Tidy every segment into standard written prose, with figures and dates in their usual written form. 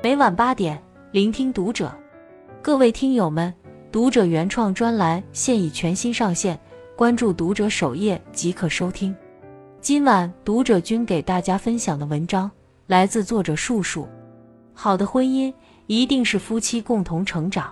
每晚8点，聆听读者。各位听友们，读者原创专栏现已全新上线，关注读者首页即可收听。今晚读者君给大家分享的文章来自作者树树。好的婚姻一定是夫妻共同成长。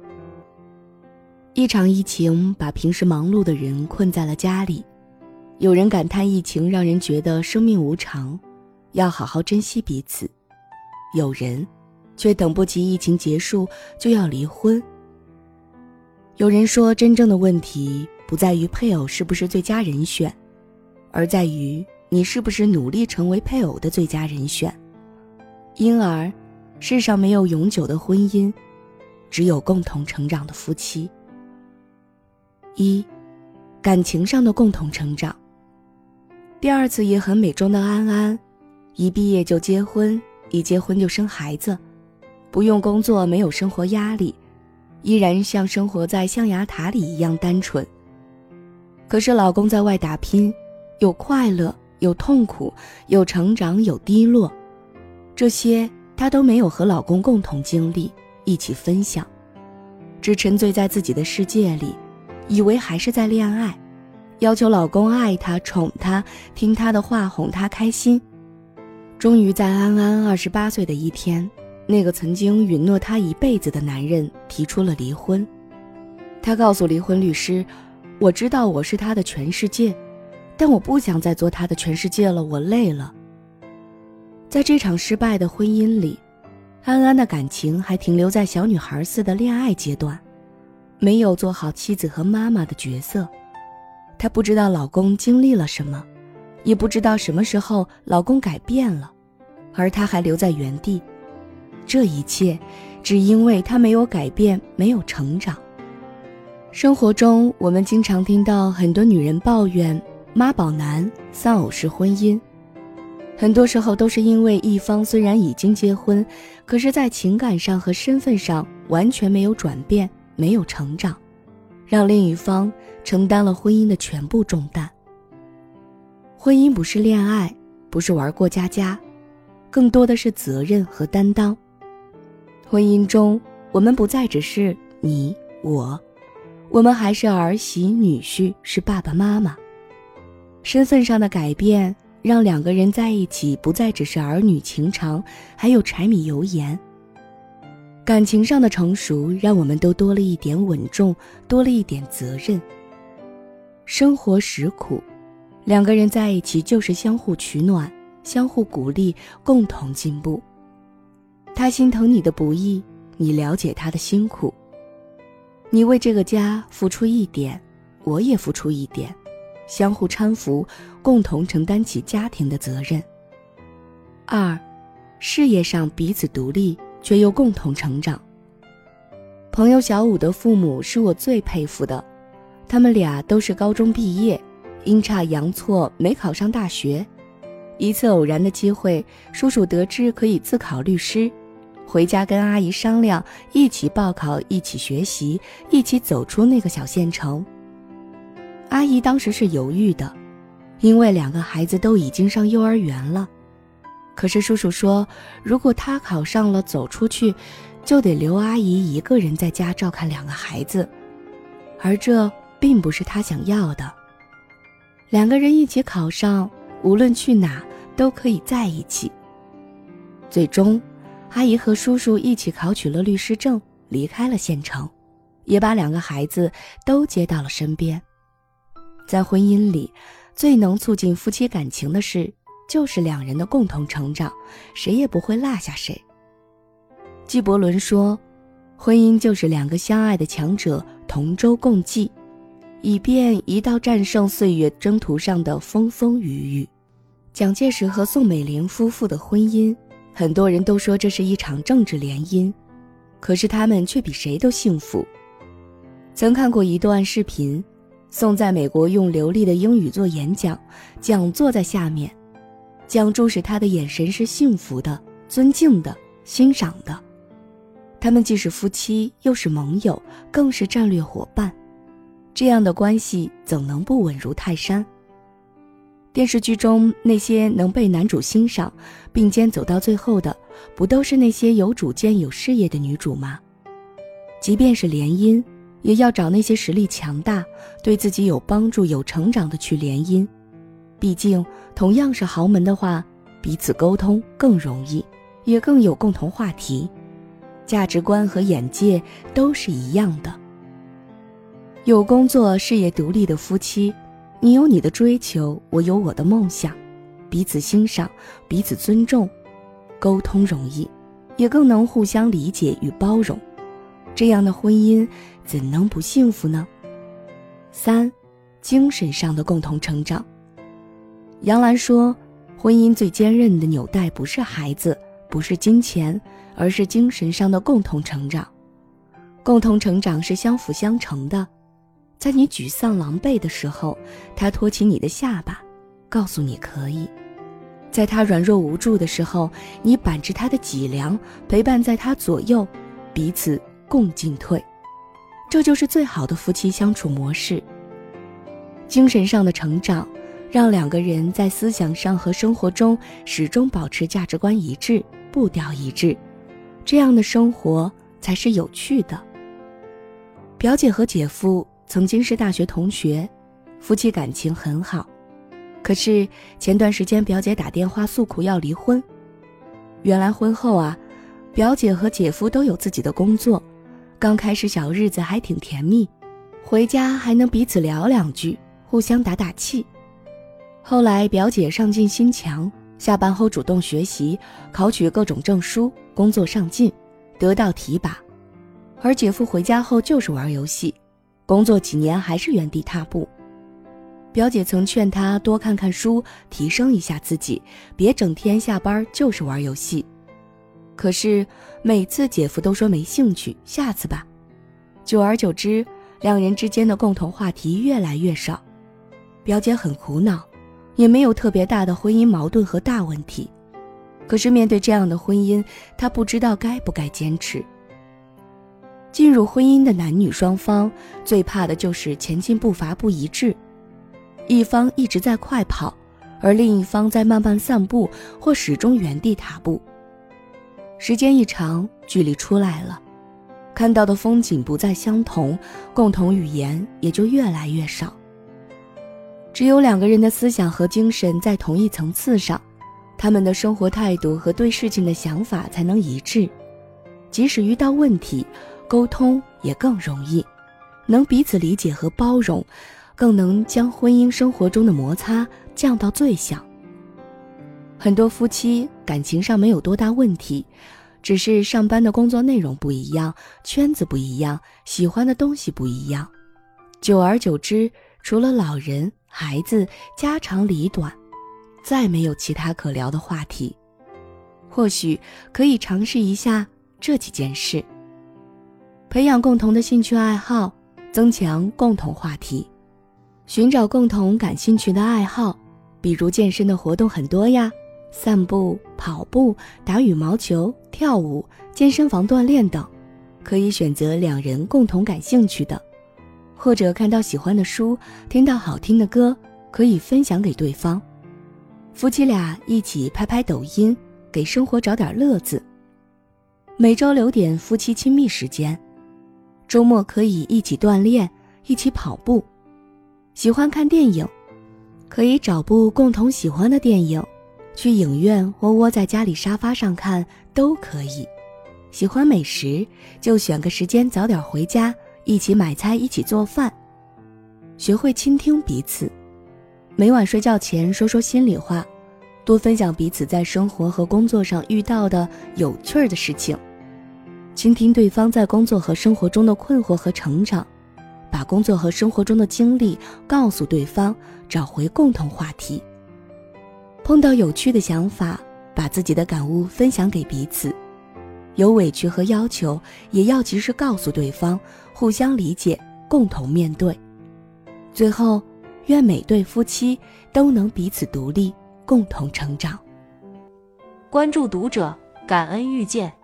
一场疫情把平时忙碌的人困在了家里，有人感叹疫情让人觉得生命无常，要好好珍惜彼此，有人却等不及疫情结束就要离婚。有人说，真正的问题不在于配偶是不是最佳人选，而在于你是不是努力成为配偶的最佳人选。因而世上没有永久的婚姻，只有共同成长的夫妻。1. 感情上的共同成长。第二次也很美中的安安，一毕业就结婚，一结婚就生孩子，不用工作，没有生活压力，依然像生活在象牙塔里一样单纯。可是老公在外打拼，有快乐，有痛苦，有成长，有低落，这些她都没有和老公共同经历，一起分享，只沉醉在自己的世界里，以为还是在恋爱，要求老公爱她，宠她，听她的话，哄她开心。终于在安安28岁的一天，那个曾经允诺她一辈子的男人提出了离婚。她告诉离婚律师，我知道我是他的全世界，但我不想再做他的全世界了，我累了。在这场失败的婚姻里，安安的感情还停留在小女孩似的恋爱阶段，没有做好妻子和妈妈的角色。她不知道老公经历了什么，也不知道什么时候老公改变了，而她还留在原地。这一切只因为她没有改变，没有成长。生活中我们经常听到很多女人抱怨妈宝男、丧偶式婚姻，很多时候都是因为一方虽然已经结婚，可是在情感上和身份上完全没有转变，没有成长，让另一方承担了婚姻的全部重担。婚姻不是恋爱，不是玩过家家，更多的是责任和担当。婚姻中，我们不再只是你我们还是儿媳女婿，是爸爸妈妈。身份上的改变让两个人在一起不再只是儿女情长，还有柴米油盐。感情上的成熟让我们都多了一点稳重，多了一点责任。生活实苦，两个人在一起就是相互取暖，相互鼓励，共同进步。他心疼你的不易，你了解他的辛苦。你为这个家付出一点，我也付出一点，相互搀扶，共同承担起家庭的责任。2. 事业上彼此独立，却又共同成长。朋友小五的父母是我最佩服的，他们俩都是高中毕业，阴差阳错没考上大学。一次偶然的机会，叔叔得知可以自考律师，回家跟阿姨商量，一起报考，一起学习，一起走出那个小县城。阿姨当时是犹豫的，因为2个孩子都已经上幼儿园了。可是叔叔说，如果他考上了走出去，就得留阿姨一个人在家照看2个孩子，而这并不是他想要的。2个人一起考上，无论去哪都可以在一起。最终阿姨和叔叔一起考取了律师证，离开了县城，也把2个孩子都接到了身边。在婚姻里，最能促进夫妻感情的事，就是2人的共同成长，谁也不会落下谁。纪伯伦说，婚姻就是2个相爱的强者同舟共济，以便一道战胜岁月征途上的风风雨雨。蒋介石和宋美龄夫妇的婚姻，很多人都说这是一场政治联姻，可是他们却比谁都幸福。曾看过一段视频，宋在美国用流利的英语做演讲，蒋坐在下面，蒋注视他的眼神是幸福的、尊敬的、欣赏的。他们既是夫妻，又是盟友，更是战略伙伴，这样的关系怎能不稳如泰山？ 电视剧中那些能被男主欣赏并肩走到最后的，不都是那些有主见有事业的女主吗？即便是联姻，也要找那些实力强大，对自己有帮助有成长的去联姻。毕竟同样是豪门的话，彼此沟通更容易，也更有共同话题，价值观和眼界都是一样的。有工作事业独立的夫妻，你有你的追求，我有我的梦想，彼此欣赏，彼此尊重，沟通容易，也更能互相理解与包容，这样的婚姻怎能不幸福呢？3. 精神上的共同成长。杨澜说，婚姻最坚韧的纽带不是孩子，不是金钱，而是精神上的共同成长。共同成长是相辅相成的，在你沮丧狼狈的时候，他托起你的下巴，告诉你可以；在他软弱无助的时候，你板着他的脊梁，陪伴在他左右，彼此共进退。这就是最好的夫妻相处模式。精神上的成长，让两个人在思想上和生活中始终保持价值观一致，步调一致，这样的生活才是有趣的。表姐和姐夫曾经是大学同学，夫妻感情很好。可是前段时间表姐打电话诉苦要离婚。原来婚后啊，表姐和姐夫都有自己的工作，刚开始小日子还挺甜蜜，回家还能彼此聊两句，互相打打气。后来表姐上进心强，下班后主动学习，考取各种证书，工作上进，得到提拔。而姐夫回家后就是玩游戏，工作几年还是原地踏步。表姐曾劝他多看看书，提升一下自己，别整天下班就是玩游戏。可是每次姐夫都说没兴趣，下次吧。久而久之，两人之间的共同话题越来越少。表姐很苦恼，也没有特别大的婚姻矛盾和大问题。可是面对这样的婚姻，她不知道该不该坚持。进入婚姻的男女双方，最怕的就是前进步伐不一致，一方一直在快跑，而另一方在慢慢散步或始终原地踏步。时间一长，距离出来了，看到的风景不再相同，共同语言也就越来越少。只有两个人的思想和精神在同一层次上，他们的生活态度和对事情的想法才能一致。即使遇到问题，沟通也更容易，能彼此理解和包容，更能将婚姻生活中的摩擦降到最小。很多夫妻感情上没有多大问题，只是上班的工作内容不一样，圈子不一样，喜欢的东西不一样。久而久之，除了老人、孩子、家长里短，再没有其他可聊的话题。或许可以尝试一下这几件事：培养共同的兴趣爱好，增强共同话题，寻找共同感兴趣的爱好，比如健身的活动很多呀，散步、跑步、打羽毛球、跳舞、健身房锻炼等，可以选择两人共同感兴趣的。或者看到喜欢的书，听到好听的歌，可以分享给对方。夫妻俩一起拍拍抖音，给生活找点乐子。每周留点夫妻亲密时间，周末可以一起锻炼，一起跑步。喜欢看电影，可以找部共同喜欢的电影，去影院或窝在家里沙发上看都可以。喜欢美食，就选个时间早点回家，一起买菜，一起做饭。学会倾听彼此，每晚睡觉前说说心里话，多分享彼此在生活和工作上遇到的有趣的事情，倾听对方在工作和生活中的困惑和成长，把工作和生活中的经历告诉对方，找回共同话题。碰到有趣的想法，把自己的感悟分享给彼此，有委屈和要求也要及时告诉对方，互相理解，共同面对。最后，愿每对夫妻都能彼此独立，共同成长。 关注读者，感恩遇见。